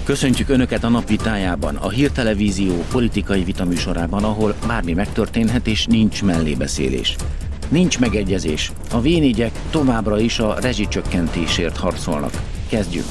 Köszöntjük Önöket a napvitájában, a Hírtelevízió politikai vitaműsorában, ahol bármi megtörténhet és nincs mellébeszélés. Nincs megegyezés. A V4-ek továbbra is a rezsicsökkentésért harcolnak. Kezdjünk!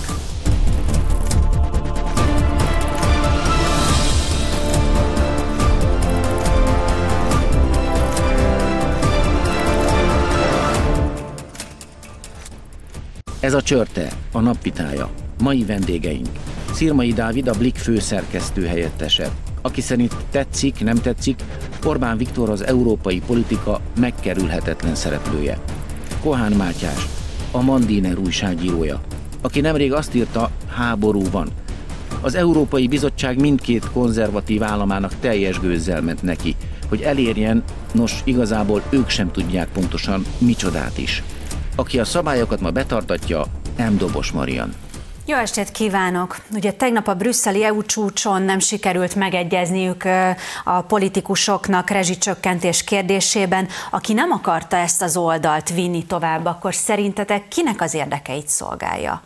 Ez a Csörte, a napvitája. Mai vendégeink. Szirmai Dávid, a Blik főszerkesztő helyettese, aki szerint tetszik, nem tetszik, Orbán Viktor az európai politika megkerülhetetlen szereplője. Kohán Mátyás, a Mandiner újságírója, aki nemrég azt írta, háború van. Az Európai Bizottság mindkét konzervatív államának teljes gőzzel ment neki, hogy elérjen, nos, igazából ők sem tudják pontosan micsodát is. Aki a szabályokat ma betartatja, M. Dobos Marian. Jó estét kívánok! Ugye tegnap a brüsszeli EU csúcson nem sikerült megegyezniük a politikusoknak rezsicsökkentés kérdésében. Aki nem akarta ezt az oldalt vinni tovább, akkor szerintetek kinek az érdekeit szolgálja?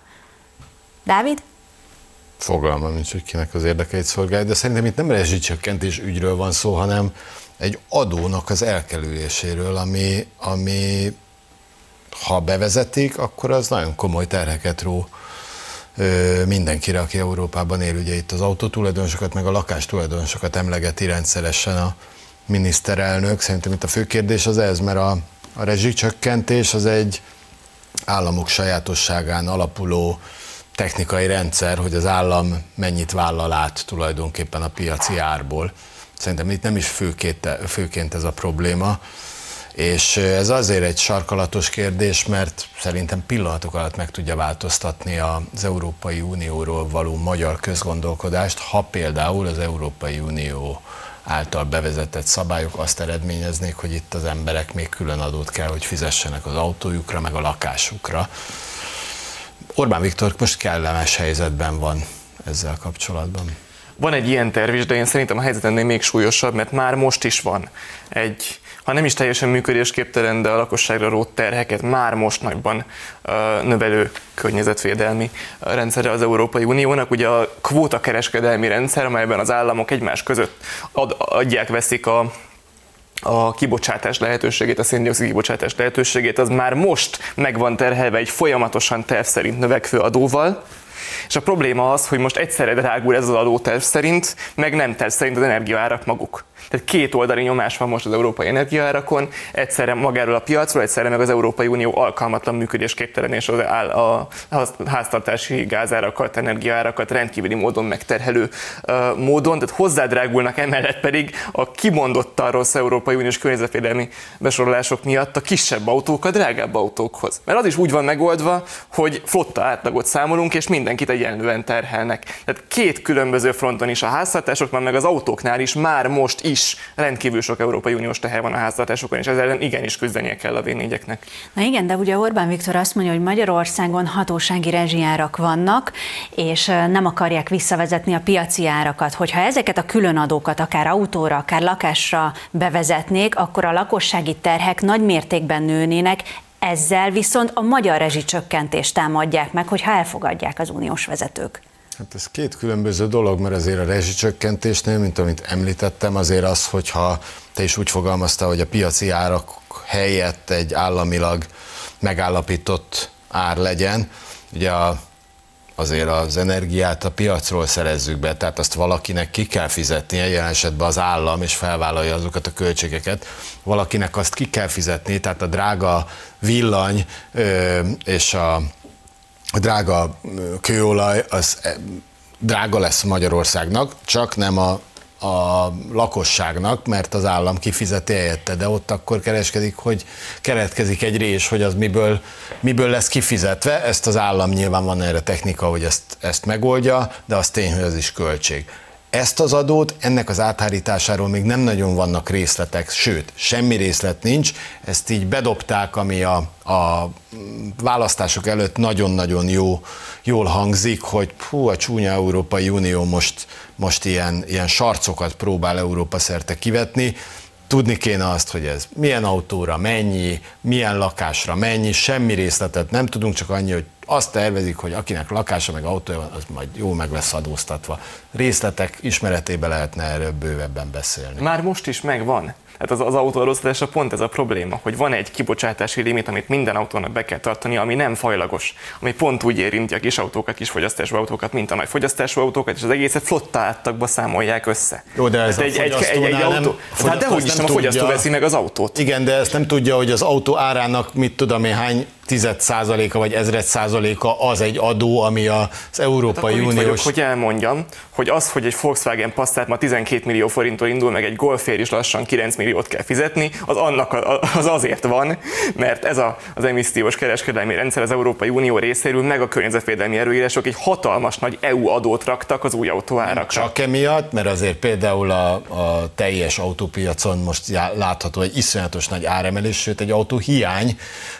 Dávid? Fogalmam nincs, hogy kinek az érdekeit szolgálja, de szerintem itt nem rezsicsökkentés ügyről van szó, hanem egy adónak az elkerüléséről, ami ha bevezetik, akkor az nagyon komoly terheket ró mindenkire, aki Európában él. Ugye itt az autótulajdonosokat, meg a lakástulajdonosokat emlegeti rendszeresen a miniszterelnök. Szerintem itt a fő kérdés az ez, mert a rezsicsökkentés az egy államok sajátosságán alapuló technikai rendszer, hogy az állam mennyit vállal át tulajdonképpen a piaci árból. Szerintem itt nem is főként ez a probléma. És ez azért egy sarkalatos kérdés, mert szerintem pillanatok alatt meg tudja változtatni az Európai Unióról való magyar közgondolkodást, ha például az Európai Unió által bevezetett szabályok azt eredményeznék, hogy itt az emberek még külön adót kell, hogy fizessenek az autójukra, meg a lakásukra. Orbán Viktor most kellemes helyzetben van ezzel kapcsolatban. Van egy ilyen terv is, de én szerintem a helyzet ennél még súlyosabb, mert már most is van egy, ha nem is teljesen működésképtelen, de a lakosságra rótt terheket már most nagyban növelő környezetvédelmi rendszerre az Európai Uniónak. Ugye a kvótakereskedelmi rendszer, amelyben az államok egymás között adják-veszik a kibocsátás lehetőségét, a széndioxid kibocsátás lehetőségét, az már most meg van terhelve egy folyamatosan terv szerint növekvő adóval. És a probléma az, hogy most egyszerre drágul ez az adó terv szerint, meg nem terv szerint az energiaárak maguk. Tehát két oldali nyomás van most az európai energiaárakon, egyszerre magáról a piacról, egyszerre meg az Európai Unió alkalmatlan működésképtelen és a háztartási gázárakat, energiaárakat rendkívüli módon megterhelő módon, tehát hozzádrágulnak emellett pedig a kimondottan rossz Európai Uniós környezetvédelmi besorolások miatt a kisebb autók a drágább autókhoz. Mert az is úgy van megoldva, hogy flotta átlagot számolunk, és mindenkit egyenlően terhelnek. Tehát két különböző fronton is, a háztartásoknál, meg az autóknál is már most is rendkívül sok Európai Uniós teher van a háztartásokon, és ezzel igenis küzdenie kell a V4-eknek. Na igen, de ugye Orbán Viktor azt mondja, hogy Magyarországon hatósági rezsijárak vannak, és nem akarják visszavezetni a piaci árakat. Hogyha ezeket a különadókat akár autóra, akár lakásra bevezetnék, akkor a lakossági terhek nagy mértékben nőnének, ezzel viszont a magyar rezsicsökkentést támadják meg, hogyha elfogadják az uniós vezetők. Hát ez két különböző dolog, mert azért a rezsicsökkentésnél, mint amit említettem, azért az, hogyha te is úgy fogalmaztál, hogy a piaci árak helyett egy államilag megállapított ár legyen, ugye azért az energiát a piacról szerezzük be, tehát azt valakinek ki kell fizetnie, jelen esetben az állam, és felvállalja azokat a költségeket, valakinek azt ki kell fizetni, tehát a drága villany és a drága kőolaj, az drága lesz Magyarországnak, csak nem a lakosságnak, mert az állam kifizeti helyette, de ott akkor keletkezik egy rés, hogy az miből lesz kifizetve, ezt az állam nyilván van erre technika, hogy ezt megoldja, de az tény, hogy az is költség. Ezt az adót, ennek az áthárításáról még nem nagyon vannak részletek, sőt, semmi részlet nincs, ezt így bedobták, ami a választások előtt nagyon-nagyon jól hangzik, hogy a csúnya Európai Unió most ilyen sarcokat próbál Európa szerte kivetni. Tudni kéne azt, hogy ez milyen autóra mennyi, milyen lakásra mennyi, semmi részletet nem tudunk, csak annyi, hogy azt tervezik, hogy akinek lakása meg autója van, az majd jó meg lesz adóztatva. Részletek ismeretében lehetne erről bővebben beszélni. Már most is megvan. Hát az autóadóztatásra pont ez a probléma, hogy van egy kibocsátási limit, amit minden autónak be kell tartani, ami nem fajlagos, ami pont úgy érinti a kis autókat, kis fogyasztású autókat, mint a nagy fogyasztású autókat, és az egészet flotta áttagba számolják össze. Jó, de ez egy autó. Hát dehogy is nem a fogyasztó veszi meg az autót. Igen, de ezt nem tudja, hogy az autó árának mit tudom én hány 10% vagy 1000% az egy adó, ami az Európai Uniós... Vagyok, hogy elmondjam, hogy az, hogy egy Volkswagen Passat ma 12 millió forinttól indul, meg egy Golfért is lassan 9 milliót kell fizetni, az azért van, mert ez az emissziós kereskedelmi rendszer az Európai Unió részéről, meg a környezetvédelmi előírások egy hatalmas nagy EU adót raktak az új autóárakra. Csak emiatt, mert azért például a teljes autópiacon most látható egy iszonyatos nagy áremelés, sőt egy autóhiány,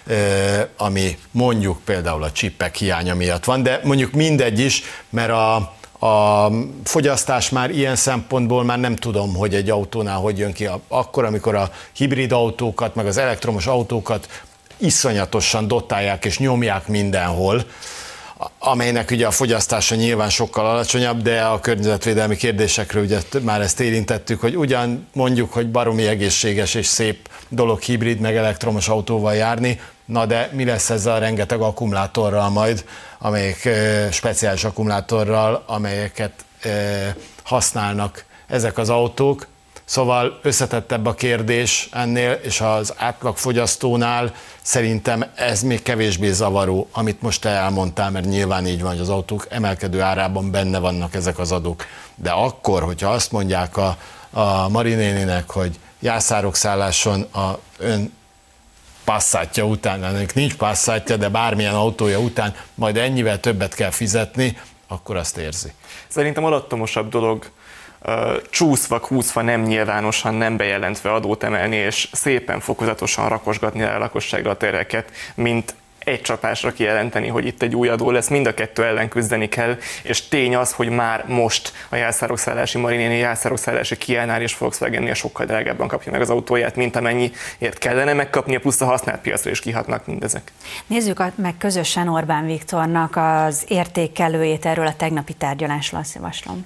ami mondjuk például a csippek hiánya miatt van, de mondjuk mindegy is, mert a fogyasztás már ilyen szempontból már nem tudom, hogy egy autónál hogy jön ki. Akkor, amikor a hibrid autókat, meg az elektromos autókat iszonyatosan dotálják és nyomják mindenhol, amelynek ugye a fogyasztása nyilván sokkal alacsonyabb, de a környezetvédelmi kérdésekről ugye már ezt érintettük, hogy ugyan mondjuk, hogy baromi egészséges és szép dolog hibrid meg elektromos autóval járni, na de mi lesz ezzel a rengeteg akkumulátorral majd, amelyek speciális akkumulátorral, amelyeket használnak ezek az autók. Szóval összetettebb a kérdés ennél, és az átlagfogyasztónál szerintem ez még kevésbé zavaró, amit most te elmondtál, mert nyilván így van, hogy az autók emelkedő árában benne vannak ezek az adók. De akkor, hogyha azt mondják a Mari néninek, hogy Jászárokszálláson a ön Passatja után, ennek nincs Passatja, de bármilyen autója után majd ennyivel többet kell fizetni, akkor azt érzi. Szerintem alattomosabb dolog csúszva, kúszva, nem nyilvánosan, nem bejelentve adót emelni, és szépen fokozatosan rakosgatni a lakosságra a terheket, mint egy csapásra kijelenteni, hogy itt egy új adó lesz, mind a kettő ellen küzdeni kell, és tény az, hogy már most a Jászárokszállási Mari néni Jászárokszállási Kiánál és Volkswagennél sokkal drágábban kapja meg az autóját, mint amennyiért kellene megkapnia, plusz a használt piacra is kihatnak mindezek. Nézzük meg közösen Orbán Viktornak az értékelőjét erről a tegnapi tárgyalásról, azt javaslom.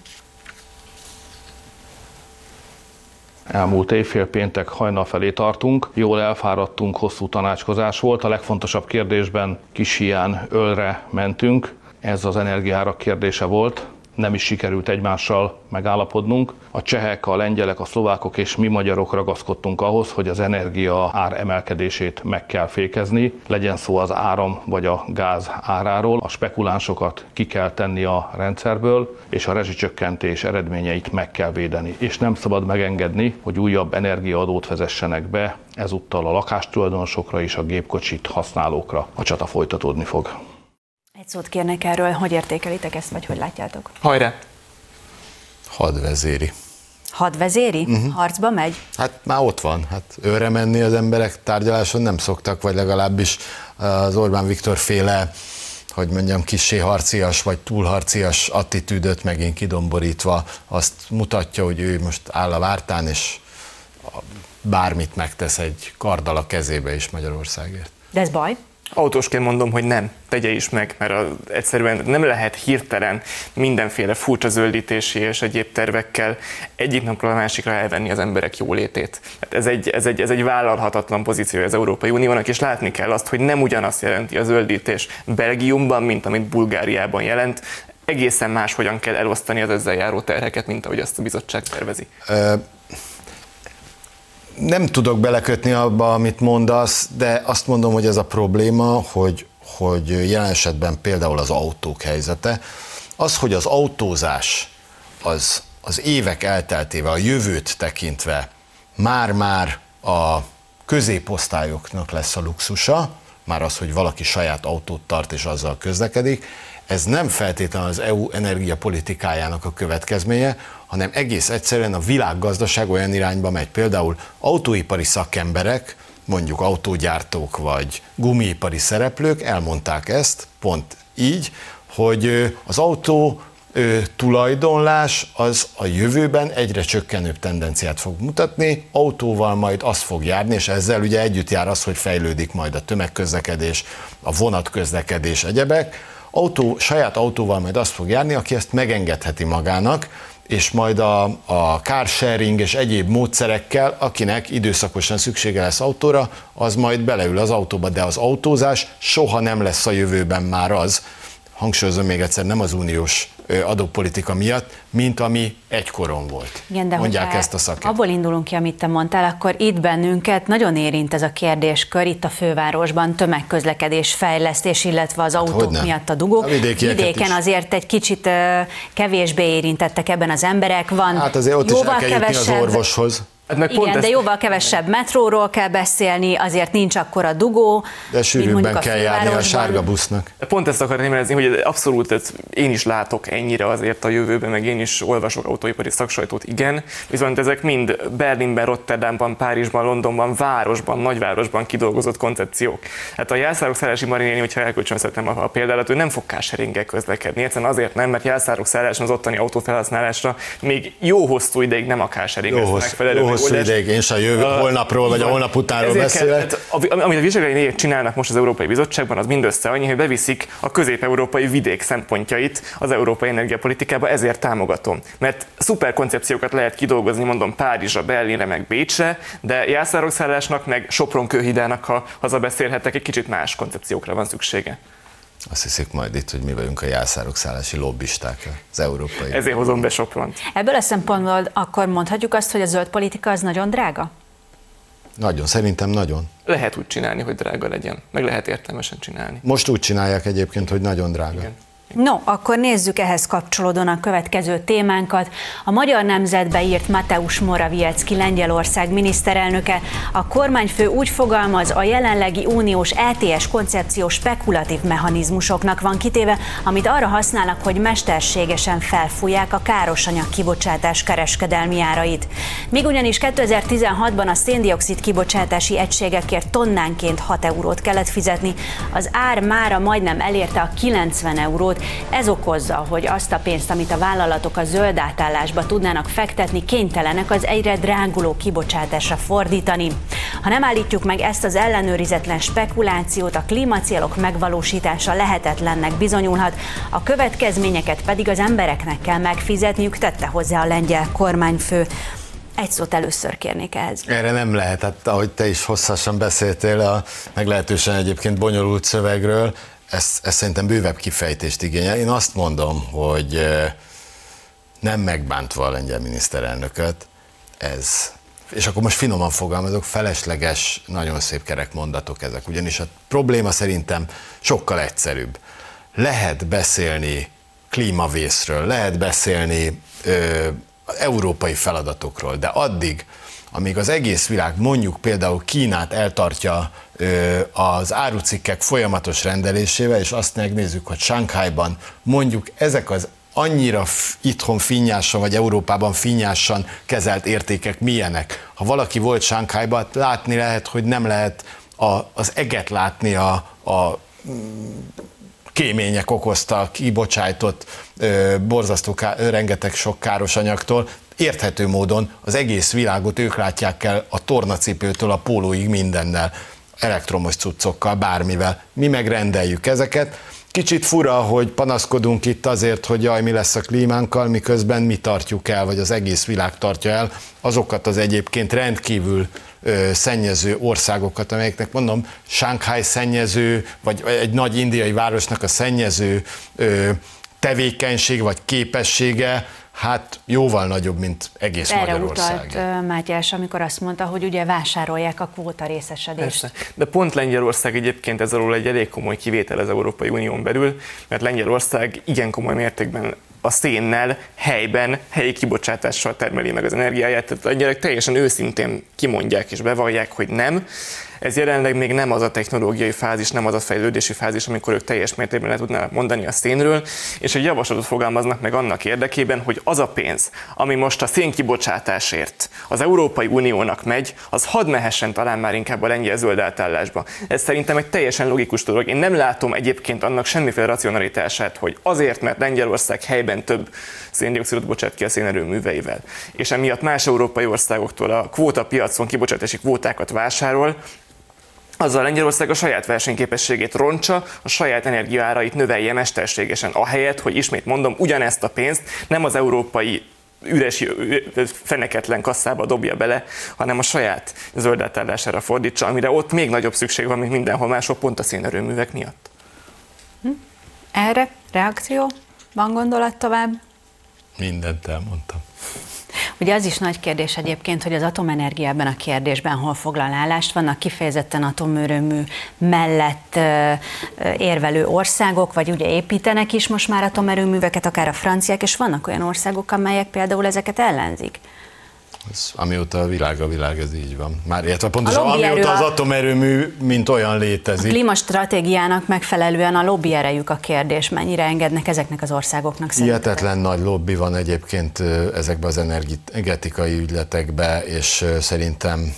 Elmúlt éjfél péntek hajnal felé tartunk, jól elfáradtunk, hosszú tanácskozás volt, a legfontosabb kérdésben Kis-Hián Ölre mentünk, ez az energiaárak kérdése volt, nem is sikerült egymással megállapodnunk. A csehek, a lengyelek, a szlovákok és mi magyarok ragaszkodtunk ahhoz, hogy az energia ár emelkedését meg kell fékezni, legyen szó az áram vagy a gáz áráról, a spekulánsokat ki kell tenni a rendszerből, és a rezsicsökkentés eredményeit meg kell védeni. És nem szabad megengedni, hogy újabb energiaadót vezessenek be, ezúttal a lakástulajdonosokra és a gépkocsit használókra. A csata folytatódni fog. Egy szót kérnek erről, hogy értékelitek ezt, vagy hogy látjátok? Hajrá! Hadvezéri. Hadvezéri? Harcba megy? Hát már ott van. Hát őre menni az emberek tárgyaláson nem szoktak, vagy legalábbis az Orbán Viktor féle, hogy mondjam, kissé harcias, vagy túlharcias attitűdöt megint kidomborítva azt mutatja, hogy ő most áll a vártán, és bármit megtesz egy karddal a kezébe is Magyarországért. De ez baj? Autósként mondom, hogy nem, tegye is meg, mert egyszerűen nem lehet hirtelen mindenféle furcsa zöldítési és egyéb tervekkel egyik napról a másikra elvenni az emberek jólétét. Hát ez egy vállalhatatlan pozíció az Európai Uniónak, és látni kell azt, hogy nem ugyanazt jelenti a zöldítés Belgiumban, mint amit Bulgáriában jelent. Egészen máshogyan kell elosztani az ezzel járó terheket, mint ahogy azt a bizottság tervezi. Nem tudok belekötni abba, amit mondasz, de azt mondom, hogy ez a probléma, hogy jelen esetben például az autók helyzete, az, hogy az autózás az évek elteltével, a jövőt tekintve már a középosztályoknak lesz a luxusa, már az, hogy valaki saját autót tart és azzal közlekedik, ez nem feltétlenül az EU energiapolitikájának a következménye, hanem egész egyszerűen a világgazdaság olyan irányba megy. Például autóipari szakemberek, mondjuk autógyártók vagy gumiipari szereplők elmondták ezt, pont így, hogy az autó tulajdonlás az a jövőben egyre csökkenőbb tendenciát fog mutatni, autóval majd az fog járni, és ezzel ugye együtt jár az, hogy fejlődik majd a tömegközlekedés, a vonatközlekedés, egyebek. Saját autóval majd azt fog járni, aki ezt megengedheti magának, és majd a car sharing és egyéb módszerekkel, akinek időszakosan szüksége lesz autóra, az majd beleül az autóba, de az autózás soha nem lesz a jövőben már az, hangsúlyozom még egyszer, nem az uniós adópolitika miatt, mint ami egykoron volt. Igen, de mondják ezt a szakértők. Abból indulunk ki, amit te mondtál, akkor itt bennünket nagyon érint ez a kérdéskör, itt a fővárosban tömegközlekedés fejlesztés, illetve az autók miatt a dugók. Vidéken azért egy kicsit kevésbé érintettek ebben az emberek. Van hát azért ott is el kell jutni az orvoshoz. Igen, de jóval kevesebb metróról kell beszélni, azért nincs akkora dugó. De sűrűbben kell járni a sárga busznak. Pont ezt akartam érezni, hogy abszolút én is látok ennyire azért a jövőben, meg én is olvasok autóipari szaksajtót, igen, viszont ezek mind Berlinben, Rotterdamban, Párizsban, Londonban, városban, nagyvárosban kidolgozott koncepciók. Hát a Jászárok-Szállási Marinéni, hogyha elkölcsönözhetem a példálat, ő nem fog car-sharinggel közlekedni. Egyszerűen azért nem, mert Jászárok-Szálláson az ottani autófelhasználásra még jó hosszú ideig nem a car-sharing megfelelő. Hosszú ideig, én sem holnapról vagy a holnap utánról beszélek. Amit a Visegrádi csinálnak most az Európai Bizottságban, az mindössze annyi, hogy beviszik a közép-európai vidék szempontjait az európai energiapolitikába, ezért támogatom. Mert szuper koncepciókat lehet kidolgozni, mondom, Párizsra, Berlinre, meg Bécsre, de Jászárokszállásnak, meg Sopron-Kőhidának, ha hazabeszélhetek, egy kicsit más koncepciókra van szüksége. Azt hiszik majd itt, hogy mi vagyunk a jászárok-szállási lobbisták az európai. Ezért hozom be Sopront. Ebből a szempontból akkor mondhatjuk azt, hogy a zöld politika az nagyon drága? Nagyon, szerintem nagyon. Lehet úgy csinálni, hogy drága legyen, meg lehet értelmesen csinálni. Most úgy csinálják egyébként, hogy nagyon drága. Igen. No, akkor nézzük ehhez kapcsolódóan a következő témánkat. A Magyar Nemzetbe írt Mateusz Morawiecki Lengyelország miniszterelnöke. A kormányfő úgy fogalmaz, a jelenlegi uniós ETS koncepció spekulatív mechanizmusoknak van kitéve, amit arra használnak, hogy mesterségesen felfújják a károsanyag kibocsátás kereskedelmi árait. Míg ugyanis 2016-ban a széndioxid kibocsátási egységekért tonnánként 6 eurót kellett fizetni, az ár mára majdnem elérte a 90 eurót. Ez okozza, hogy azt a pénzt, amit a vállalatok a zöld átállásba tudnának fektetni, kénytelenek az egyre dráguló kibocsátásra fordítani. Ha nem állítjuk meg ezt az ellenőrizetlen spekulációt, a klímacélok megvalósítása lehetetlennek bizonyulhat, a következményeket pedig az embereknek kell megfizetniük, tette hozzá a lengyel kormányfő. Egy szót először kérnék ehhez. Erre nem lehet, hát ahogy te is hosszasan beszéltél a meglehetősen egyébként bonyolult szövegről, ez szerintem bővebb kifejtést igényel. Én azt mondom, hogy nem megbántva a lengyel miniszterelnököt, ez, és akkor most finoman fogalmazok, felesleges, nagyon szép kerek mondatok ezek, ugyanis a probléma szerintem sokkal egyszerűbb. Lehet beszélni klímavészről, lehet beszélni európai feladatokról, de addig, amíg az egész világ, mondjuk például Kínát eltartja az árucikkek folyamatos rendelésével, és azt megnézzük, hogy Shanghaiban mondjuk ezek az annyira itthon finnyásan, vagy Európában finnyásan kezelt értékek milyenek. Ha valaki volt Shanghaiban, látni lehet, hogy nem lehet az eget látni a kémények okozta, kibocsájtott borzasztó rengeteg sok káros anyagtól. Érthető módon az egész világot ők látják el a tornacipőtől a pólóig mindennel, elektromos cuccokkal, bármivel. Mi megrendeljük ezeket. Kicsit fura, hogy panaszkodunk itt azért, hogy jaj, mi lesz a klímánkkal, miközben mi tartjuk el, vagy az egész világ tartja el azokat az egyébként rendkívül szennyező országokat, amelyeknek mondom, Shanghai szennyező, vagy egy nagy indiai városnak a szennyező tevékenység vagy képessége, hát jóval nagyobb, mint egész Magyarország. Erre utalt Mátyás, amikor azt mondta, hogy ugye vásárolják a kvóta részesedést. Persze. De pont Lengyelország egyébként ez alól egy elég komoly kivétel az Európai Unión belül, mert Lengyelország igen komoly mértékben a szénnel, helyben, helyi kibocsátással termeli meg az energiáját, tehát a lengyelek teljesen őszintén kimondják és bevallják, hogy nem. Ez jelenleg még nem az a technológiai fázis, nem az a fejlődési fázis, amikor ők teljes mértékben le tudnának mondani a szénről, és egy javaslatot fogalmaznak meg annak érdekében, hogy az a pénz, ami most a szénkibocsátásért az Európai Uniónak megy, az hadd mehessen talán már inkább a lengyel zöld átállásba. Ez szerintem egy teljesen logikus dolog. Én nem látom egyébként annak semmiféle racionalitását, hogy azért, mert Lengyelország helyben több széndioxidot bocsát ki a szénerőműveivel, és emiatt más európai országoktól a kvótapiacon kibocsátási kvótákat vásárol, azzal Lengyelország a saját versenyképességét rontsa, a saját energiaárait növelje mesterségesen, ahelyett, hogy ismét mondom, ugyanezt a pénzt nem az európai üres, feneketlen kasszába dobja bele, hanem a saját zöld átállására fordítsa, amire ott még nagyobb szükség van, mint mindenhol máshol, pont a szénerőművek miatt. Erre reakció? Van gondolat tovább? Mindent elmondtam. Ugye az is nagy kérdés egyébként, hogy az atomenergia ebben a kérdésben hol foglal állást. Vannak kifejezetten atomerőmű mellett érvelő országok, vagy ugye építenek is most már atomerőműveket, akár a franciák, és vannak olyan országok, amelyek például ezeket ellenzik. Amióta a világ, ez így van. Már értve pontosan, amióta az atomerőmű, mint olyan létezik. A klímastratégiának megfelelően a lobby erejük a kérdés, mennyire engednek ezeknek az országoknak szerintem. Hihetetlen nagy lobby van egyébként ezekben az energetikai ügyletekben, és szerintem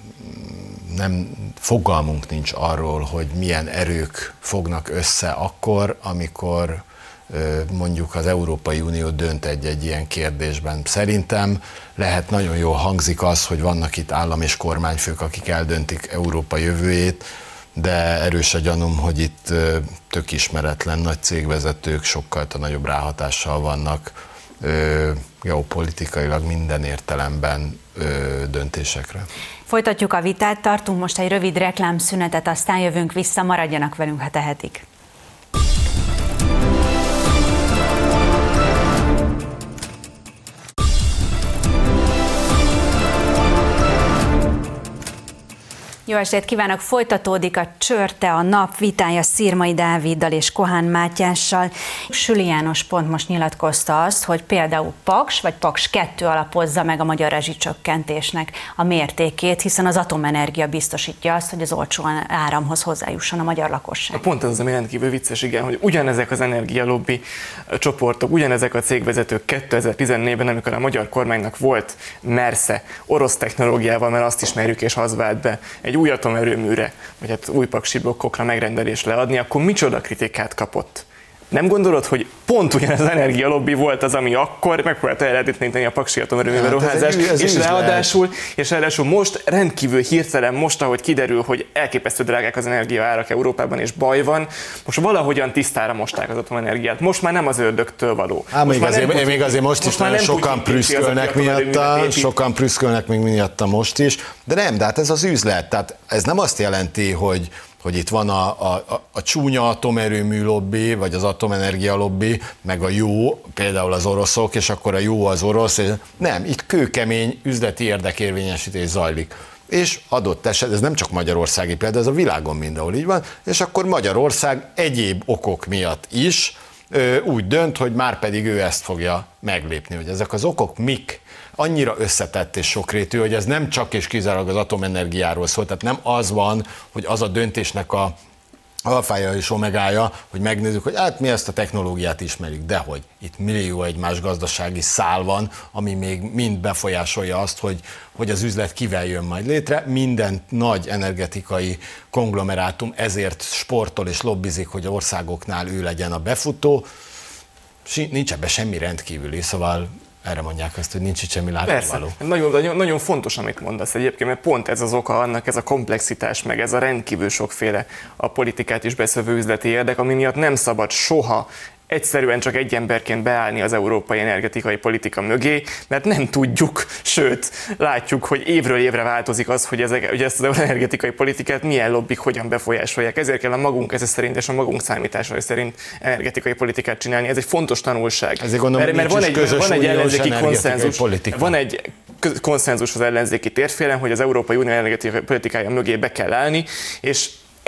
fogalmunk nincs arról, hogy milyen erők fognak össze akkor, amikor mondjuk az Európai Unió dönt egy ilyen kérdésben. Szerintem lehet, nagyon jól hangzik az, hogy vannak itt állam és kormányfők, akik eldöntik Európa jövőjét, de erős a gyanúm, hogy itt tök ismeretlen nagy cégvezetők sokkal nagyobb ráhatással vannak geopolitikailag minden értelemben döntésekre. Folytatjuk a vitát, tartunk most egy rövid reklámszünetet, aztán jövünk vissza, maradjanak velünk, ha tehetik. Jó estét kívánok! Folytatódik a Csörte, a nap vitája Szirmai Dáviddal és Kohán Mátyással. Süli János pont most nyilatkozta azt, hogy például Paks vagy Paks 2 alapozza meg a magyar rezsicsökkentésnek a mértékét, hiszen az atomenergia biztosítja azt, hogy az olcsó áramhoz hozzájusson a magyar lakosság. Pont ez az, ami rendkívül vicces, igen, hogy ugyanezek az energialobbi csoportok, ugyanezek a cégvezetők 2014-ben, amikor a magyar kormánynak volt mersze orosz technológiával, mert azt ismerjük és az vált be, egy új atomerőműre, vagy hát új paksi blokkokra megrendelést leadni, akkor micsoda kritikát kapott? Nem gondolod, hogy pont ugyanez az energialobbi volt az, ami akkor megpróbálta eredetleníteni a paksi atomerőmű beruházást, és ráadásul most rendkívül hirtelen, most ahogy kiderül, hogy elképesztő drágák az energiaárak Európában, és baj van, most valahogyan tisztára mosták az atomenergiát. Most már nem az ördögtől való. Még azért most is nagyon sokan prüszkölnek még miatta most is, de hát ez az üzlet. Tehát ez nem azt jelenti, hogy itt van a csúnya atomerőmű lobby, vagy az atomenergia lobby, meg a jó, például az oroszok, és akkor a jó az orosz. Nem, itt kőkemény üzleti érdekérvényesítés zajlik. És adott eset, ez nem csak magyarországi példa, ez a világon mindenhol így van, és akkor Magyarország egyéb okok miatt is úgy dönt, hogy már pedig ő ezt fogja meglépni, hogy ezek az okok mik, annyira összetett és sokrétű, hogy ez nem csak és kizárólag az atomenergiáról szól, tehát nem az van, hogy az a döntésnek a alfája és omegája, hogy megnézzük, hogy hát mi ezt a technológiát ismerjük, de hogy itt millió egymás gazdasági szál van, ami még mind befolyásolja azt, hogy az üzlet kivel jön majd létre. Minden nagy energetikai konglomerátum ezért sportol és lobbizik, hogy országoknál ő legyen a befutó. Nincs ebben semmi rendkívüli, szóval erre mondják azt, hogy nincs itt semmi látnivaló. Persze, nagyon fontos, amit mondasz egyébként, mert pont ez az oka annak, ez a komplexitás, meg ez a rendkívül sokféle a politikát is beszövő üzleti érdek, ami miatt nem szabad soha egyszerűen csak egy emberként beállni az európai energetikai politika mögé, mert nem tudjuk, sőt, látjuk, hogy évről évre változik az, hogy ezt az energetikai politikát milyen lobbik hogyan befolyásolják. Ezért kell a magunk esze szerint és a magunk számításai szerint energetikai politikát csinálni. Ez egy fontos tanulság. Ezért gondolom, mert van egy ellenzéki konszenzus, van egy konszenzus az ellenzéki térfélen, hogy az Európai Unió energetikai politikája mögé be kell állni, és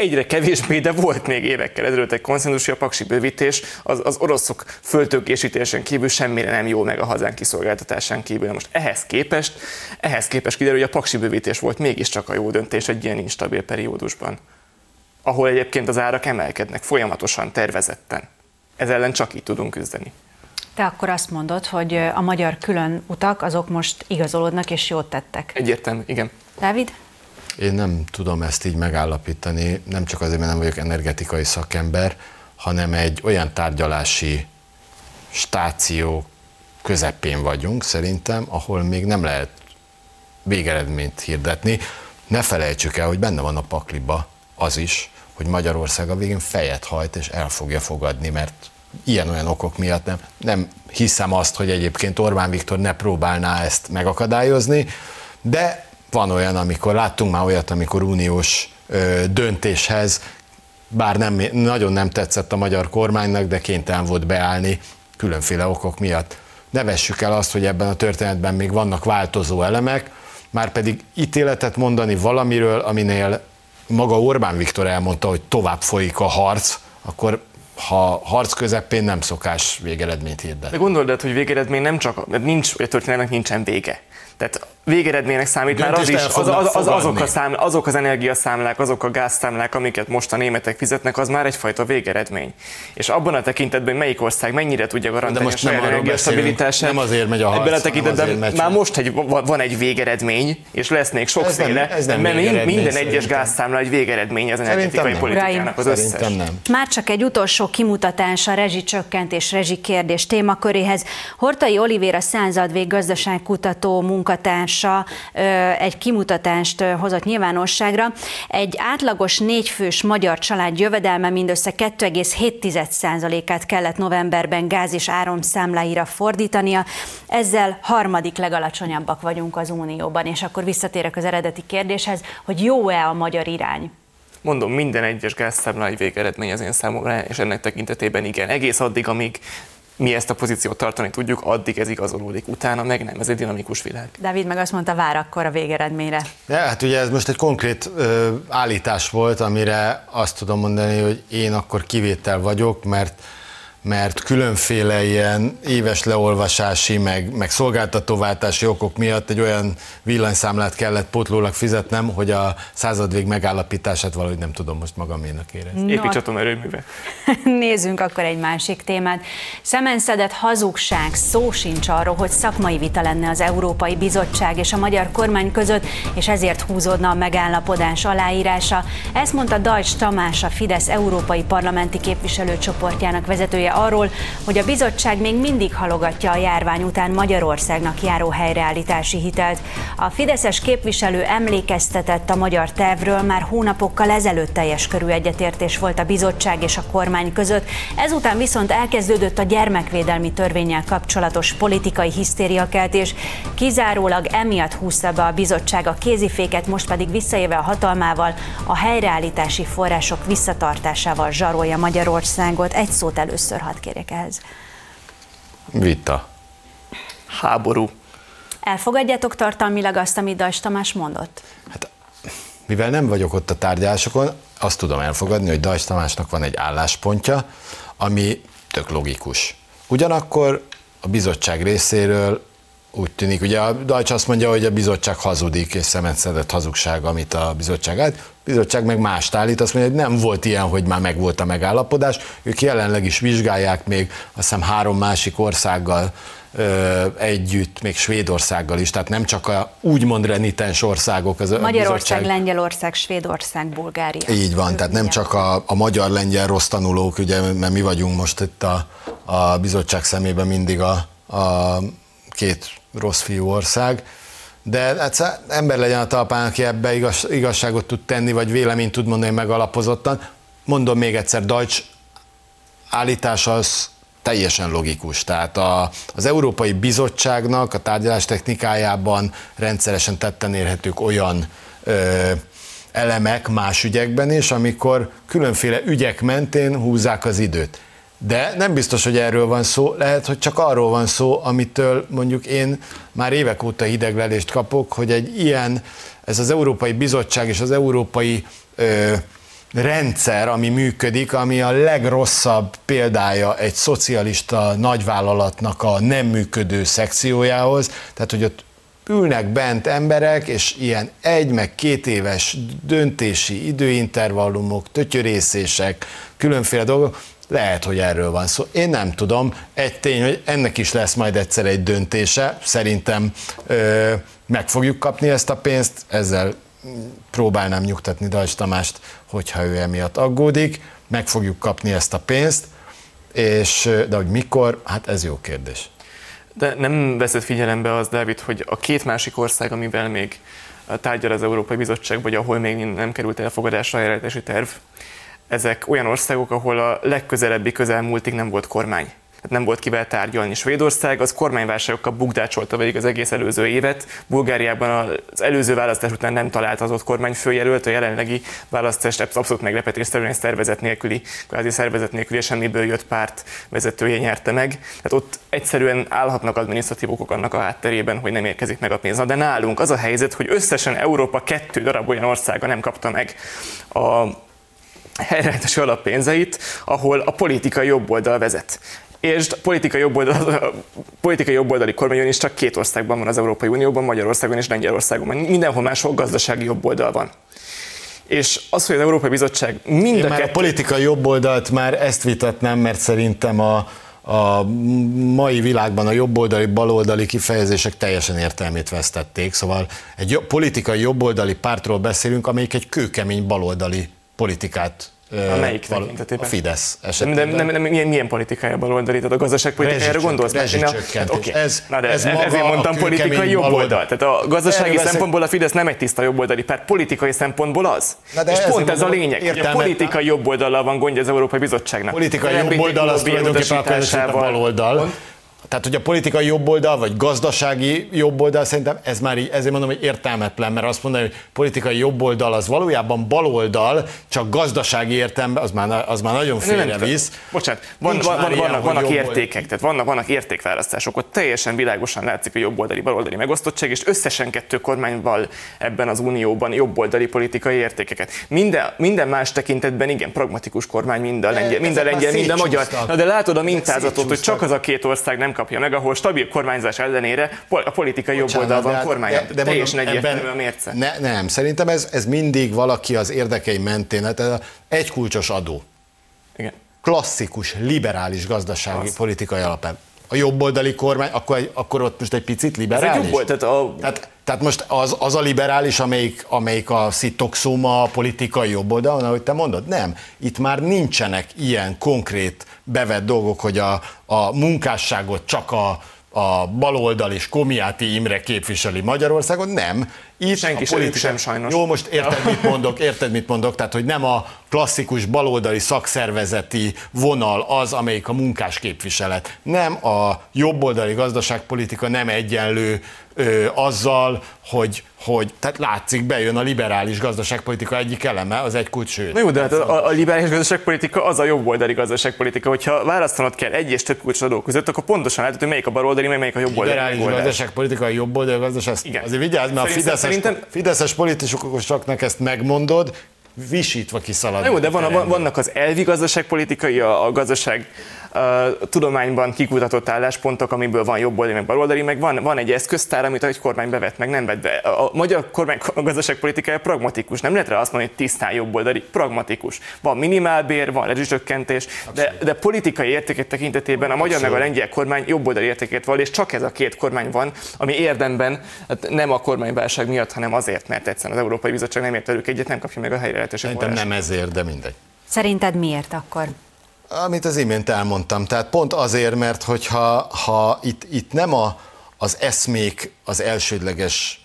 egyre kevésbé, de volt még évekkel ezelőtt egy konszenzus, hogy a paksi bővítés az oroszok föltőkésítésen kívül semmire nem jó, meg a hazánk kiszolgáltatásán kívül. Most ehhez képest kiderül, hogy a paksi bővítés volt mégiscsak a jó döntés egy ilyen instabil periódusban, ahol egyébként az árak emelkednek folyamatosan, tervezetten. Ez ellen csak így tudunk küzdeni. Te akkor azt mondod, hogy a magyar külön utak azok most igazolódnak és jót tettek. Egyértelmű, igen. Dávid? Én nem tudom ezt így megállapítani, nem csak azért, mert nem vagyok energetikai szakember, hanem egy olyan tárgyalási stáció közepén vagyunk szerintem, ahol még nem lehet végeredményt hirdetni. Ne felejtsük el, hogy benne van a pakliba az is, hogy Magyarország a végén fejet hajt és el fogja fogadni, mert ilyen-olyan okok miatt nem hiszem azt, hogy egyébként Orbán Viktor ne próbálná ezt megakadályozni, de van olyan, amikor láttunk már olyat, amikor uniós döntéshez, bár nagyon nem tetszett a magyar kormánynak, de kénytelen volt beállni különféle okok miatt. Ne vessük el azt, hogy ebben a történetben még vannak változó elemek, már pedig ítéletet mondani valamiről, aminél maga Orbán Viktor elmondta, hogy tovább folyik a harc, akkor ha harc közepén nem szokás végeredményt hirdetni. De gondold el, hogy végeredmény nem csak, a történetnek nincsen vége. Tehát végeredménynek számít már az is, azok az energiaszámlák, azok a gázszámlák, amiket most a németek fizetnek, az már egyfajta végeredmény. És abban a tekintetben melyik ország mennyire tudja garantálni a saját energiastabilitását. Nem azért megy a harc. Ebben a tekintetben már most van egy végeredmény, és lesz még sokféle, mert minden egyes gázszámla egy végeredmény az energetikai politikának az összes. Már csak egy utolsó kimutatás a rezsicsökkentés, rezsikérdés témaköréhez. Horthy Olivér, a Századvég gazdaságkutató munkatársa egy kimutatást hozott nyilvánosságra. Egy átlagos 4 fős magyar család jövedelme mindössze 2,7%-át kellett novemberben gáz- és áramszámláira fordítania. Ezzel harmadik legalacsonyabbak vagyunk az Unióban, és akkor visszatérek az eredeti kérdéshez, hogy jó-e a magyar irány? Mondom, minden egyes gázszámla egy végeredmény az én számomra, és ennek tekintetében igen. Egész addig, amíg mi ezt a pozíciót tartani tudjuk, addig ez igazolódik. Utána meg nem, ez egy dinamikus világ. Dávid meg azt mondta, vár akkor a végeredményre. Ja, hát ugye ez most egy konkrét állítás volt, amire azt tudom mondani, hogy én akkor kivétel vagyok, mert különféle ilyen éves leolvasási, meg szolgáltatóváltási okok miatt egy olyan villanyszámlát kellett pótlólag fizetnem, hogy a Századvég megállapítását valahogy nem tudom most magaménak érezni. Építs atomerőműve. Nézzünk akkor egy másik témát. Szemenszedett hazugság, szó sincs arról, hogy szakmai vita lenne az Európai Bizottság és a magyar kormány között, és ezért húzódna a megállapodás aláírása. Ezt mondta Deutsch Tamás, a Fidesz európai parlamenti képviselőcsoportjának vezetője arról, hogy a bizottság még mindig halogatja a járvány után Magyarországnak járó helyreállítási hitelt. A fideszes képviselő emlékeztetett a magyar tervről, már hónapokkal ezelőtt teljes körű egyetértés volt a bizottság és a kormány között, ezután viszont elkezdődött a gyermekvédelmi törvénnyel kapcsolatos politikai hisztériakeltés, kizárólag emiatt húzta be a bizottság a kéziféket, most pedig visszaélve a hatalmával a helyreállítási források visszatartásával zsarolja Magyarországot. Egy szót először hadd kérjek ehhez. Vita. Háború. Elfogadjátok tartalmilag azt, amit Deutsch Tamás mondott? Hát, mivel nem vagyok ott a tárgyalásokon, azt tudom elfogadni, hogy Deutsch Tamásnak van egy álláspontja, ami tök logikus. Ugyanakkor a bizottság részéről úgy tűnik, ugye a Deutsch azt mondja, hogy a bizottság hazudik, és szemenszedett hazugság, amit a bizottság állt. A bizottság meg mást állít, azt mondja, hogy nem volt ilyen, hogy már megvolt a megállapodás. Ők jelenleg is vizsgálják még, azt hiszem 3 másik országgal együtt, még Svédországgal is, tehát nem csak a úgymond renitens országok. Az Magyarország, bizottság... Lengyelország, Svédország, Bulgária. Így van, tehát nem csak a magyar-lengyel rossz tanulók, ugye, mert mi vagyunk most itt a bizottság szemében mindig a 2 rossz fiú ország, de hát ember legyen a talpán, aki ebbe igazságot tud tenni, vagy véleményt tud mondani megalapozottan. Mondom még egyszer, Deutsch állítás az teljesen logikus. Tehát az Európai Bizottságnak a tárgyalás technikájában rendszeresen tetten érhetők olyan elemek más ügyekben is, amikor különféle ügyek mentén húzzák az időt. De nem biztos, hogy erről van szó, lehet, hogy csak arról van szó, amitől mondjuk én már évek óta hideglelést kapok, hogy egy ilyen, ez az Európai Bizottság és az európai rendszer, ami működik, ami a legrosszabb példája egy szocialista nagyvállalatnak a nem működő szekciójához, tehát hogy ott ülnek bent emberek, és ilyen 1 meg 2 éves döntési időintervallumok, tötyörészések, különféle dolgok, lehet, hogy erről van szó. Én nem tudom, egy tény, hogy ennek is lesz majd egyszer egy döntése, szerintem meg fogjuk kapni ezt a pénzt, ezzel próbálnám nyugtatni Dajcs Tamást, hogyha ő emiatt aggódik, meg fogjuk kapni ezt a pénzt, de hogy mikor, hát ez jó kérdés. De nem veszed figyelembe az, Dávid, hogy a 2 másik ország, amivel még tárgyal az Európai Bizottság, vagy ahol még nem került elfogadásra a helyreállítási terv, ezek olyan országok, ahol a legközelebbi közelmúltig nem volt kormány. Tehát nem volt kivel tárgyalni. Svédország az kormányválságokkal bukdácsolta végig az egész előző évet. Bulgáriában az előző választás után nem talált az ott kormányfőjelölt, a jelenlegi választást abszolút meglepetésszerűen szervezet nélküli, kvázi szervezet nélküli, semmiből jött párt vezetője nyerte meg. Tehát ott egyszerűen állhatnak adminisztratív okok annak a hátterében, hogy nem érkezik meg a pénz. De nálunk az a helyzet, hogy összesen Európa 2 darab olyan országa nem kapta meg a helyreállítási alappénzeit, ahol a politikai jobboldal vezet. És a politikai jobboldali kormányon is csak 2 országban van az Európai Unióban, Magyarországon és Lengyelországon. Mindenhol máshol gazdasági jobboldal van. És az, hogy az Európai Bizottság Én már a politikai jobboldalt már ezt vitatnám, mert szerintem a mai világban a jobboldali, baloldali kifejezések teljesen értelmét vesztették. Szóval egy politikai jobboldali pártról beszélünk, amelyik egy kőkemény baloldali politikát. Melyik tekintetében? A Fidesz esetében. De milyen politikája baloldali? Tehát a gazdaságpolitikára gondolsz? Rezsicsökkentés. Ezért mondtam politikai jobboldal. Tehát a gazdasági szempontból a Fidesz nem egy tiszta jobboldali párt, politikai szempontból az. És pont ez a lényeg, hogy a politikai jobboldallal van gondja az Európai Bizottságnak. Politikai jobboldal az tulajdonképpen a baloldal. Tehát, hogy a politikai jobboldal, vagy gazdasági jobboldal, szerintem ez már így, ezért mondom, hogy értelmetlen, mert azt mondani, hogy politikai jobboldal az valójában baloldal, csak gazdasági értelemben, az már nagyon félrevisz. Bocsánat, vannak értékek, tehát vannak értékválasztások, ott teljesen világosan látszik a jobboldali-baloldali megosztottság, és összesen 2 kormányval ebben az unióban jobboldali politikai értékeket. Minden más tekintetben igen, pragmatikus kormány, mind a lengyel, mind a magyar. Na de látod a mintázatot, hogy csak az a 2 ország nem kapja meg, ahol stabil kormányzás ellenére a politikai jobboldal van kormányon. De teljesen egyértelmű a mérce. Nem, szerintem ez mindig valaki az érdekei mentén, tehát egy kulcsos adó. Igen. Klasszikus, liberális gazdasági politikai alapelv. A jobboldali kormány, akkor ott most egy picit liberális? Tehát most az a liberális, amelyik a szitokszóma a politikai jobboldalon, ahogy te mondod? Nem. Itt már nincsenek ilyen konkrét bevett dolgok, hogy a munkásságot csak a baloldal és Komjáti Imre képviseli Magyarországon, nem. Itt senki sem sajnos. Jó, most érted, mit mondok, tehát hogy nem a klasszikus baloldali szakszervezeti vonal az, amelyik a munkás képviselet. Nem, a jobboldali gazdaságpolitika nem egyenlő azzal, hogy tehát látszik, bejön a liberális gazdaságpolitika egyik eleme, az egy kulcs. Na jó, de hát a liberális gazdaságpolitika az a jobboldali gazdaságpolitika. Hogyha választanod kell egy és több kulcsadó között, akkor pontosan látod, hogy melyik a baloldali, melyik a jobboldali. Liberális gazdaságpolitika, a jobboldali gazdaság. Azért vigyázz, mert a fideszes politikusoknak ezt megmondod, visítva kiszalad. Jó, de vannak az elvi gazdaságpolitikai, a gazdaság tudományban kikutatott álláspontok, amiből van jobboldali, meg baloldali, meg van egy eszköztár, amit egy kormány bevet, meg nem vett be. A magyar kormány gazdaságpolitikája pragmatikus, nem lehet rá azt mondani, hogy tisztán jobboldali, pragmatikus. Van minimálbér, van rezsicsökkentés, de politikai értékek tekintetében a magyar meg a lengyel kormány jobboldali értéket val, és csak ez a 2 kormány van, ami érdemben nem a kormányválság miatt, hanem azért, mert egyszerűen az Európai Bizottság nem ért velük egyet, nem kapja meg a helyreállítási forrást. Nem ezért, de mindegy. Szerinted miért akkor? Amit az imént elmondtam, tehát pont azért, mert hogyha itt nem az eszmék az elsődleges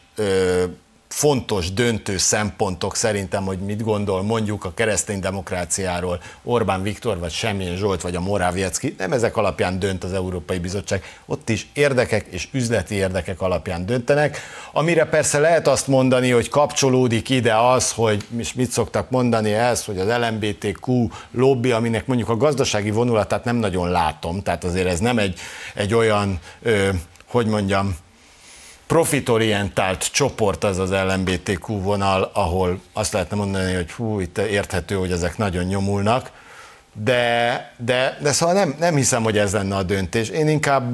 fontos, döntő szempontok szerintem, hogy mit gondol mondjuk a keresztény demokráciáról Orbán Viktor, vagy Semjén Zsolt, vagy a Morawiecki, nem ezek alapján dönt az Európai Bizottság, ott is érdekek és üzleti érdekek alapján döntenek, amire persze lehet azt mondani, hogy kapcsolódik ide az, hogy mit szoktak mondani ez, hogy az LMBTQ lobby, aminek mondjuk a gazdasági vonulatát nem nagyon látom, tehát azért ez nem egy olyan, hogy mondjam, profitorientált csoport az az LMBTQ vonal, ahol azt lehetne mondani, hogy hú, itt érthető, hogy ezek nagyon nyomulnak, de szóval nem hiszem, hogy ez lenne a döntés. Én inkább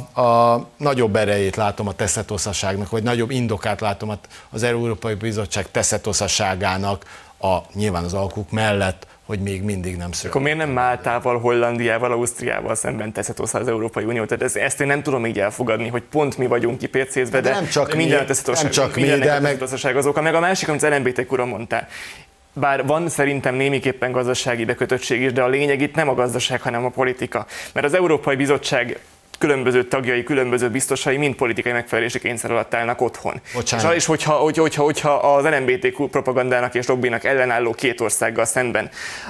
a nagyobb erejét látom a teszetoszaságnak, vagy nagyobb indokát látom az Európai Bizottság teszetoszaságának nyilván az alkuk mellett, hogy még mindig nem született. Akkor miért nem Máltával, Hollandiával, Ausztriával szemben teszetosza az Európai Unió? Tehát ezt én nem tudom így elfogadni, hogy pont mi vagyunk kipércézve, de nem csak minden teszetosság az oka. Meg a másik, amit az LMBTQ-ra mondtál. Bár van szerintem némiképpen gazdasági bekötöttség is, de a lényeg itt nem a gazdaság, hanem a politika. Mert az Európai Bizottság különböző tagjai, különböző biztosai mind politikai megfelelési kényszer alatt állnak otthon. És hogyha az LMBTQ propagandának és lobbynak ellenálló két országgal szemben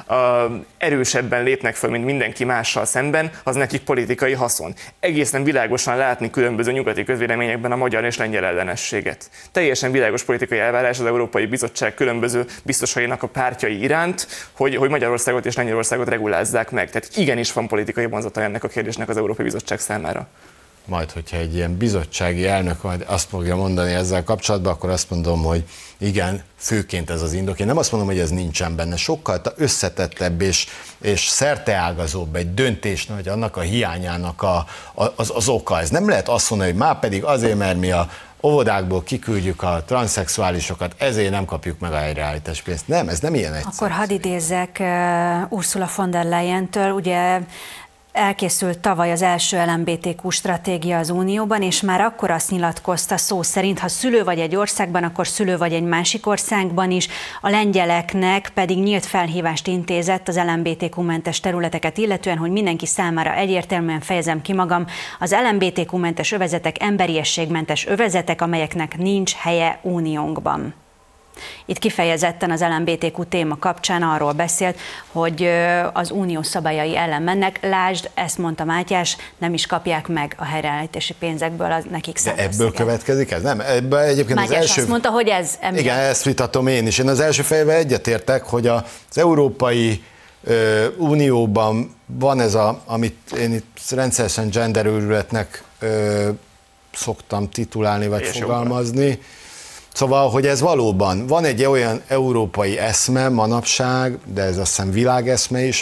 erősebben lépnek fel, mint mindenki mással szemben, az nekik politikai haszon. Egészen világosan látni különböző nyugati közvéleményekben a magyar és lengyel ellenességet. Teljesen világos politikai elvárás az Európai Bizottság különböző biztosainak a pártjai iránt, hogy Magyarországot és Lengyelországot regulázzák meg. Tehát igenis van politikai vonzata ennek a kérdésnek az Európai Bizottság számára. Majd, hogyha egy ilyen bizottsági elnök majd azt fogja mondani ezzel kapcsolatban, akkor azt mondom, hogy igen, főként ez az indok. Én nem azt mondom, hogy ez nincsen benne. Sokkal összetettebb és szerteágazóbb egy döntés, hogy annak a hiányának az oka. Ez nem lehet azt mondani, hogy már pedig azért, mert mi a óvodákból kiküldjük a transzexuálisokat, ezért nem kapjuk meg a helyreállítás pénzt. Nem, ez nem ilyen egyszerű. Akkor hadd idézzek Ursula von der Leyentől, ugye elkészült tavaly az első LMBTQ stratégia az Unióban, és már akkor azt nyilatkozta szó szerint, ha szülő vagy egy országban, akkor szülő vagy egy másik országban is. A lengyeleknek pedig nyílt felhívást intézett az LMBTQ-mentes területeket illetően, hogy mindenki számára egyértelműen fejezem ki magam, az LMBTQ-mentes övezetek emberiességmentes övezetek, amelyeknek nincs helye uniónkban. Itt kifejezetten az LMBTQ téma kapcsán arról beszélt, hogy az unió szabályai ellen mennek. Lásd, ezt mondta Mátyás, nem is kapják meg a helyreállítási pénzekből az nekik szánt De ebből következik ez? Nem, ebből egyébként Mátyás az első... azt mondta, hogy ez emiatt. Igen, ezt vitatom én is. Én az első fejben egyetértek, hogy az Európai Unióban van ez amit én itt rendszeresen genderőrületnek szoktam titulálni, vagy fogalmazni. Szóval, hogy ez valóban van egy olyan európai eszme manapság, de ez azt hiszem világeszme is,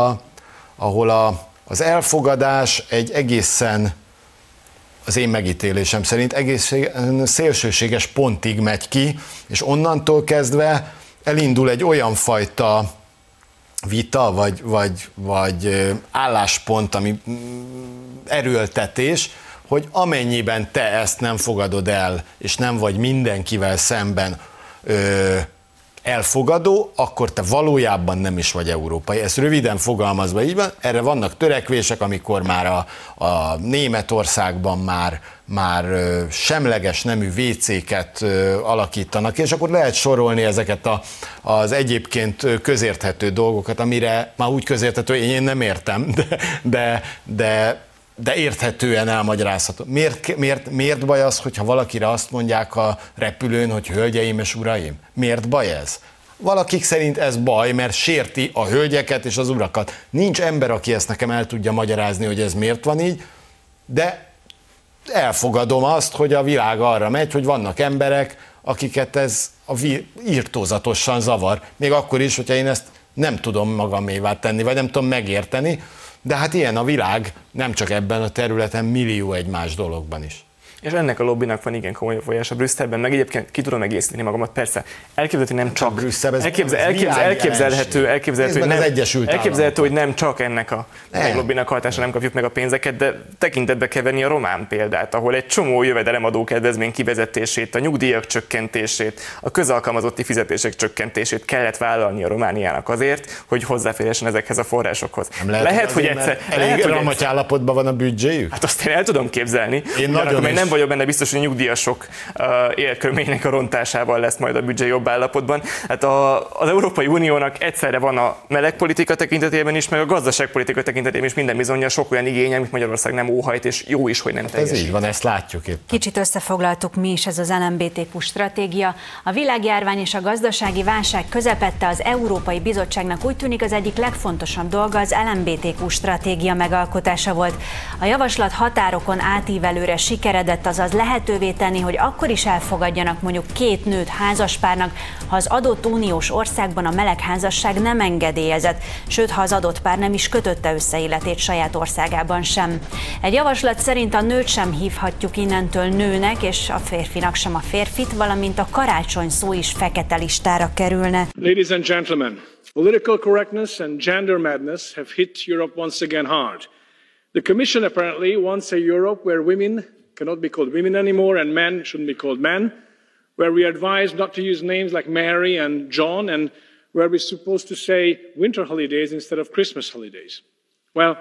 ahol az elfogadás egy egészen, az én megítélésem szerint egészen szélsőséges pontig megy ki, és onnantól kezdve elindul egy olyan fajta vita, vagy álláspont, ami erőltetés, hogy amennyiben te ezt nem fogadod el, és nem vagy mindenkivel szemben elfogadó, akkor te valójában nem is vagy európai. Ez röviden fogalmazva így van, erre vannak törekvések, amikor már a Németországban már semleges nemű WC-ket alakítanak, és akkor lehet sorolni ezeket az egyébként közérthető dolgokat, amire már úgy közérthető, én nem értem, de érthetően elmagyarázható. Miért baj az, hogyha valakire azt mondják a repülőn, hogy hölgyeim és uraim? Miért baj ez? Valakik szerint ez baj, mert sérti a hölgyeket és az urakat. Nincs ember, aki ezt nekem el tudja magyarázni, hogy ez miért van így, de elfogadom azt, hogy a világ arra megy, hogy vannak emberek, akiket ez irtózatosan zavar. Még akkor is, hogyha én ezt nem tudom magamévá tenni, vagy nem tudom megérteni, de hát ilyen a világ, nem csak ebben a területen, millió egy más dologban is. És ennek a lobbinak van igen komoly folyása Brüsszelben, meg egyébként ki tudom egészíteni magamat, persze. Elképzelhető, nem csak Brüsszelben, elképzelhető, hogy nem csak ennek a lobbinak hatása nem kapjuk meg a pénzeket, de tekintetbe kell venni a román példát, ahol egy csomó jövedelemadó kedvezmény kivezetését, a nyugdíjak csökkentését, a közalkalmazotti fizetések csökkentését kellett vállalni a Romániának azért, hogy hozzáférhessen ezekhez a forrásokhoz. Lehet, hogy egyszer elég ramaty állapotban van a büdzséjük? Hát azt én el tudom képzelni. Nem vagyok benne biztos, hogy a nyugdíjasok életkörülménynek a rontásával lesz majd a büdzsé jobb állapotban. Hát az Európai Uniónak egyszerre van a melegpolitika tekintetében is, meg a gazdaságpolitika tekintetében is minden bizonnyal sok olyan igény, amit Magyarország nem óhajt, és jó is, hogy nem teljesít. Ez így van, ezt látjuk éppen. Kicsit összefoglaltuk mi is, ez az LMBTQ stratégia. A világjárvány és a gazdasági válság közepette az Európai Bizottságnak úgy tűnik az egyik legfontosabb dolga az LMBTQ stratégia megalkotása volt. A javaslat határokon átívelőre sikeredett, töredett, azaz lehetővé tenni, hogy akkor is elfogadjanak mondjuk 2 nőt házaspárnak, ha az adott uniós országban a melegházasság nem engedélyezett, sőt, ha az adott pár nem is kötötte összeéletét saját országában sem. Egy javaslat szerint a nőt sem hívhatjuk innentől nőnek, és a férfinak sem a férfit, valamint a karácsony szó is fekete listára kerülne. Ladies and gentlemen, political correctness and gender madness have hit Europe once again hard. The Commission apparently wants a Europe where women cannot be called women anymore and men shouldn't be called men, where we are advised not to use names like Mary and John, and where we're supposed to say winter holidays instead of Christmas holidays. Well,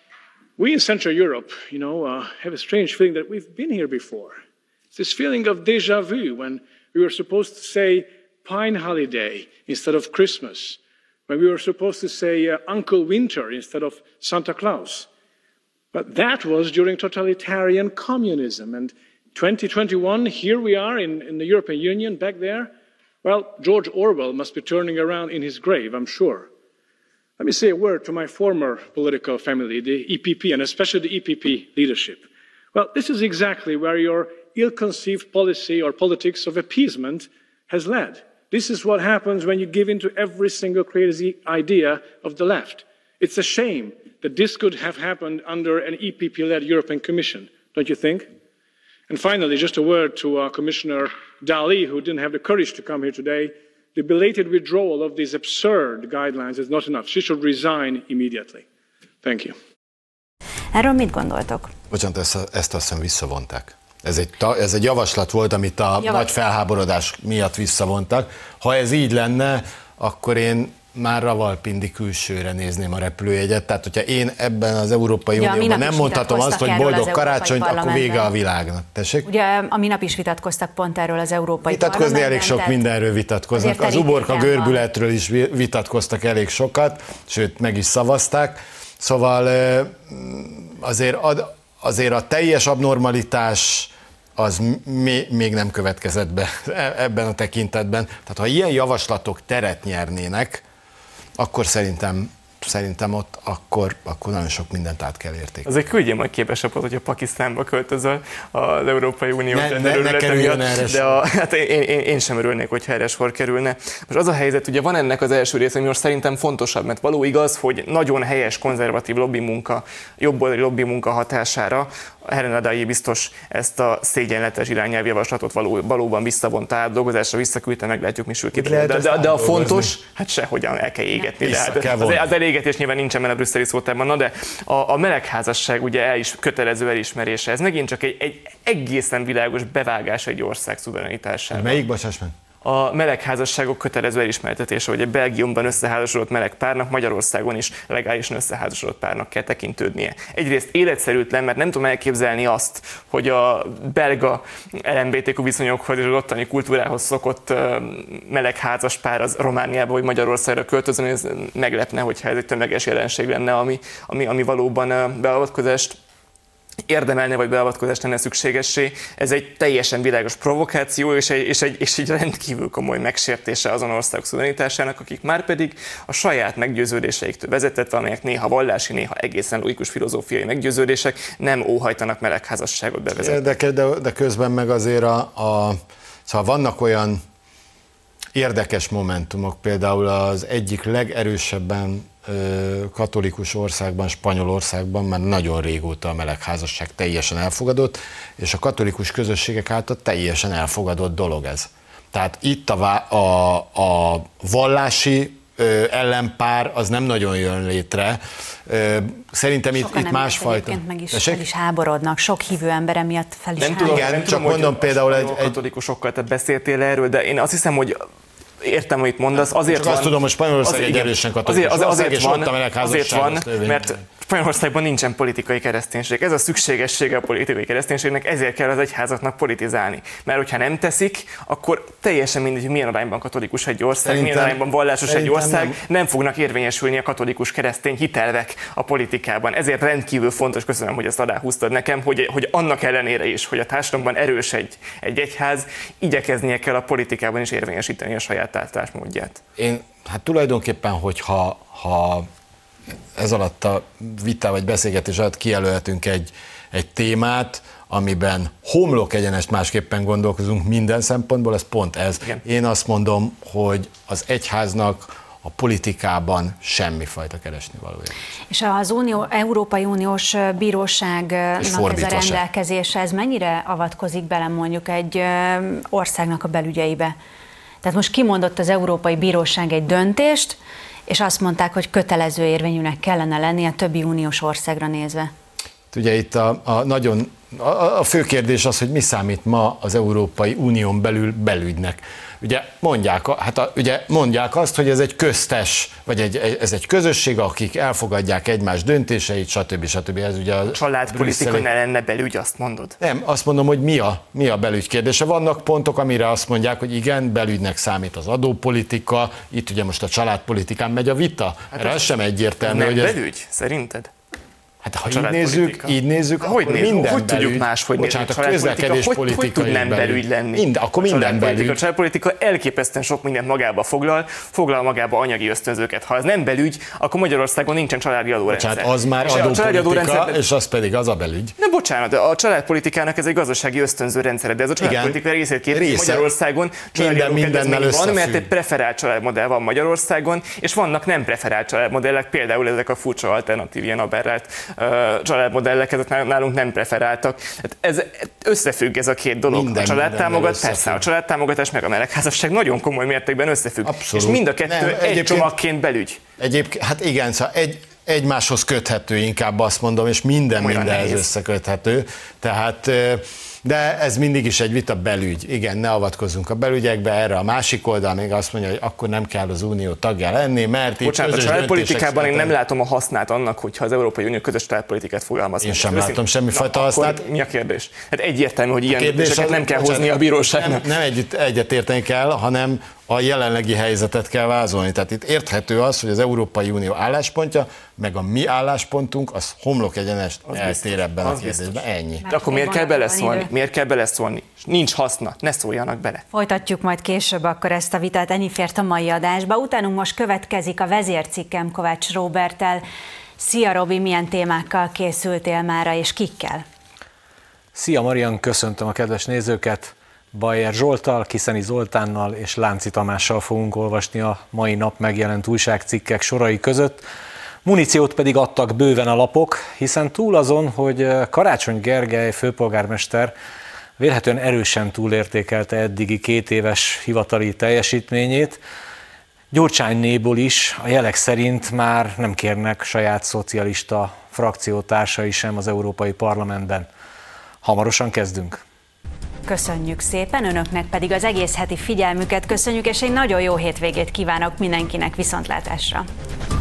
we in Central Europe, have a strange feeling that we've been here before. It's this feeling of déjà vu when we were supposed to say Pine Holiday instead of Christmas, when we were supposed to say Uncle Winter instead of Santa Claus. But that was during totalitarian communism. And 2021, here we are in the European Union, back there. Well, George Orwell must be turning around in his grave, I'm sure. Let me say a word to my former political family, the EPP, and especially the EPP leadership. Well, this is exactly where your ill-conceived policy or politics of appeasement has led. This is what happens when you give in to every single crazy idea of the left. It's a shame that this could have happened under an EPP-led European Commission, don't you think? And finally, just a word to Commissioner Dalli, who didn't have the courage to come here today. The belated withdrawal of these absurd guidelines is not enough. She should resign immediately. Thank you. Erről mit gondoltok? Bocsánat, ezt azt hiszem visszavonták. Ez egy javaslat volt, amit a nagy felháborodás miatt visszavontak. Ha ez így lenne, akkor én már Ravalpindi külsőre nézném a repülőjegyet. Tehát, hogyha én ebben az Európai Unióban nem mondhatom azt, hogy boldog karácsonyt, akkor vége a világnak. Tessék? Ugye a minap is vitatkoztak pont erről az Európai Vitatkozni elég sok mindenről vitatkoznak. Az uborka görbületről is vitatkoztak elég sokat, sőt, meg is szavazták. Szóval azért a teljes abnormalitás az még nem következett be ebben a tekintetben. Tehát ha ilyen javaslatok teret nyernének, akkor szerintem ott akkor nagyon sok mindent át kell értékelni. Azért küldjél majd képesebb, hogyha Pakisztánba költözöl az Európai Unió területe miatt, de hát én sem örülnék, hogyha erre sor kerülne. Most az a helyzet, ugye van ennek az első része, ami most szerintem fontosabb, mert való igaz, hogy nagyon helyes konzervatív lobby munka, jobboldali lobby munka hatására Helen Adai biztos ezt a szégyenletes irányelvjavaslatot valóban visszavonta, átdolgozásra visszaküldte, meglátjuk, mi sül ki. De a fontos, hát sehogyan el kell égetni. Az elégetés nyilván nincsen benne a brüsszeli szótárban, na de a melegházasság ugye kötelező elismerése, ez megint csak egy egészen világos bevágás egy ország szuverenitásába. Melyik, bocsáss meg? A melegházasságok kötelező elismertetése, hogy egy Belgiumban összeházasodott meleg párnak Magyarországon is legálisan összeházasodott párnak kell tekintődnie. Egyrészt életszerűtlen, mert nem tudom elképzelni azt, hogy a belga LMBTQ viszonyokhoz és az ottani kultúrához szokott melegházas pár az Romániába vagy Magyarországra költözön, ez meglepne, hogyha ez egy tömeges jelenség lenne, ami valóban beavatkozást érdemelne, vagy beavatkozást lenne szükségessé. Ez egy teljesen világos provokáció, és egy rendkívül komoly megsértése azon országok szuverenitásának, akik már pedig a saját meggyőződéseiktől vezetett, amelyek néha vallási, néha egészen logikus filozófiai meggyőződések, nem óhajtanak melegházasságot bevezetni. De közben meg azért szóval vannak olyan érdekes momentumok, például az egyik legerősebben katolikus országban, Spanyolországban már nagyon régóta a melegházasság teljesen elfogadott, és a katolikus közösségek által teljesen elfogadott dolog ez. Tehát itt a vallási ellenpár az nem nagyon jön létre. Szerintem itt másfajta. Meg is háborodnak, sok hívő ember emiatt fel is háborodnak. Igen, csak mondom például egy katolikusokkal, te beszéltél erről, de én azt hiszem, hogy értem, amit mondasz, azért csak van... azt tudom, hogy Spanyolország egy erősen katolikus ország, és ott a melegházasság. Mert Spanyolországban nincsen politikai kereszténység. Ez a szükségessége a politikai kereszténységnek, ezért kell az egyházaknak politizálni. Mert hogyha nem teszik, akkor teljesen mindegy, hogy milyen arányban katolikus egy ország, milyen arányban vallásos egy ország, nem fognak érvényesülni a katolikus keresztény hitelvek a politikában. Ezért rendkívül fontos, köszönöm, hogy ezt aláhúztad nekem, hogy annak ellenére is, hogy a társadalomban erős egy egyház, igyekeznie kell a politikában is érvényesíteni a saját állításmódját. Hát tulajdonképpen, hogyha ez alatt a vita vagy beszélgetés alatt kijelölhetünk egy témát, amiben homlok egyenest másképpen gondolkozunk minden szempontból, ez pont ez. Igen. Én azt mondom, hogy az egyháznak a politikában semmifajta keresnivalója. És az Európai Uniós Bíróságnak ez a rendelkezése, ez mennyire avatkozik bele mondjuk egy országnak a belügyeibe? Tehát most kimondott az Európai Bíróság egy döntést, és azt mondták, hogy kötelező érvényűnek kellene lennie a többi uniós országra nézve. Ugye itt a fő kérdés az, hogy mi számít ma az Európai Unión belül belügynek. Ugye mondják azt, hogy ez egy köztes, vagy ez egy közösség, akik elfogadják egymás döntéseit, stb. Ez ugye a családpolitika ne lenne belügy, azt mondod? Nem, azt mondom, hogy mi a belügy kérdése. Vannak pontok, amire azt mondják, hogy igen, belügynek számít az adópolitika, itt ugye most a családpolitikán megy a vita. Hát ez sem egyértelmű. Nem belügy, szerinted? Hát ha így nézzük, akkor minden hogy tudjuk máshogy nézni? A közlekedés politika hogy tud nem belügy lenni? Akkor minden belügy. A családpolitika elképesztően sok mindent magába foglal magába anyagi ösztönzőket. Ha ez nem belügy, akkor Magyarországon nincsen családi adórendszer. Bocsánat, az már adópolitika, és az pedig az a belügy. Nem, bocsánat, a családpolitikának ez egy gazdasági ösztönző rendszere, de ez a családpolitika részét képezi Magyarországon. Mindennel van, mert egy preferált családmodell van Magyarországon, és vannak nem preferált családmodellek, például ezek a furcsa alternatív, ilyen aberrált családmodellek, ezek nálunk nem preferáltak. Ez összefügg ez a két dolog. A családtámogatás meg a melegházasság nagyon komoly mértékben összefügg. Abszolút. És mind a kettő egy csomagként belügy. Egyébként, hát igen, szóval egymáshoz köthető, inkább azt mondom, és mindenhez összeköthető. Tehát, de ez mindig is egy vita belügy. Igen, ne avatkozzunk a belügyekbe, erre a másik oldal még azt mondja, hogy akkor nem kell az Unió tagja lenni, mert bocsánat, a családpolitikában én nem látom a hasznát annak, hogyha az Európai Unió közös családpolitikát fogalmaz. Én sem látom semmifajta hasznát. Mi a kérdés? Hát egyértelmű, hogy ilyen kérdéseket nem kell hozni a bíróságnak. Nem egyetérteni kell, hanem a jelenlegi helyzetet kell vázolni. Tehát itt érthető az, hogy az Európai Unió álláspontja, meg a mi álláspontunk, az homlok egyenest eltér ebben a kérdésben. Ennyi. De akkor miért kell beleszólni? Miért kell beleszólni? Nincs haszna, ne szóljanak bele. Folytatjuk majd később akkor ezt a vitát, ennyi fért a mai adásba. Utánunk most következik a vezércikkem Kovács Róberttel. Szia Robi, milyen témákkal készültél mára és kikkel? Szia Marian, köszöntöm a kedves nézőket. Bajer Zsolttal, Kiszeni Zoltánnal és Lánci Tamással fogunk olvasni a mai nap megjelent újságcikkek sorai között. Muníciót pedig adtak bőven a lapok, hiszen túl azon, hogy Karácsony Gergely főpolgármester vélhetően erősen túlértékelte eddigi 2 éves hivatali teljesítményét, Gyurcsánynéból is a jelek szerint már nem kérnek saját szocialista frakciótársai sem az Európai Parlamentben. Hamarosan kezdünk. Köszönjük szépen, önöknek pedig az egész heti figyelmüket köszönjük, és egy nagyon jó hétvégét kívánok mindenkinek, viszontlátásra!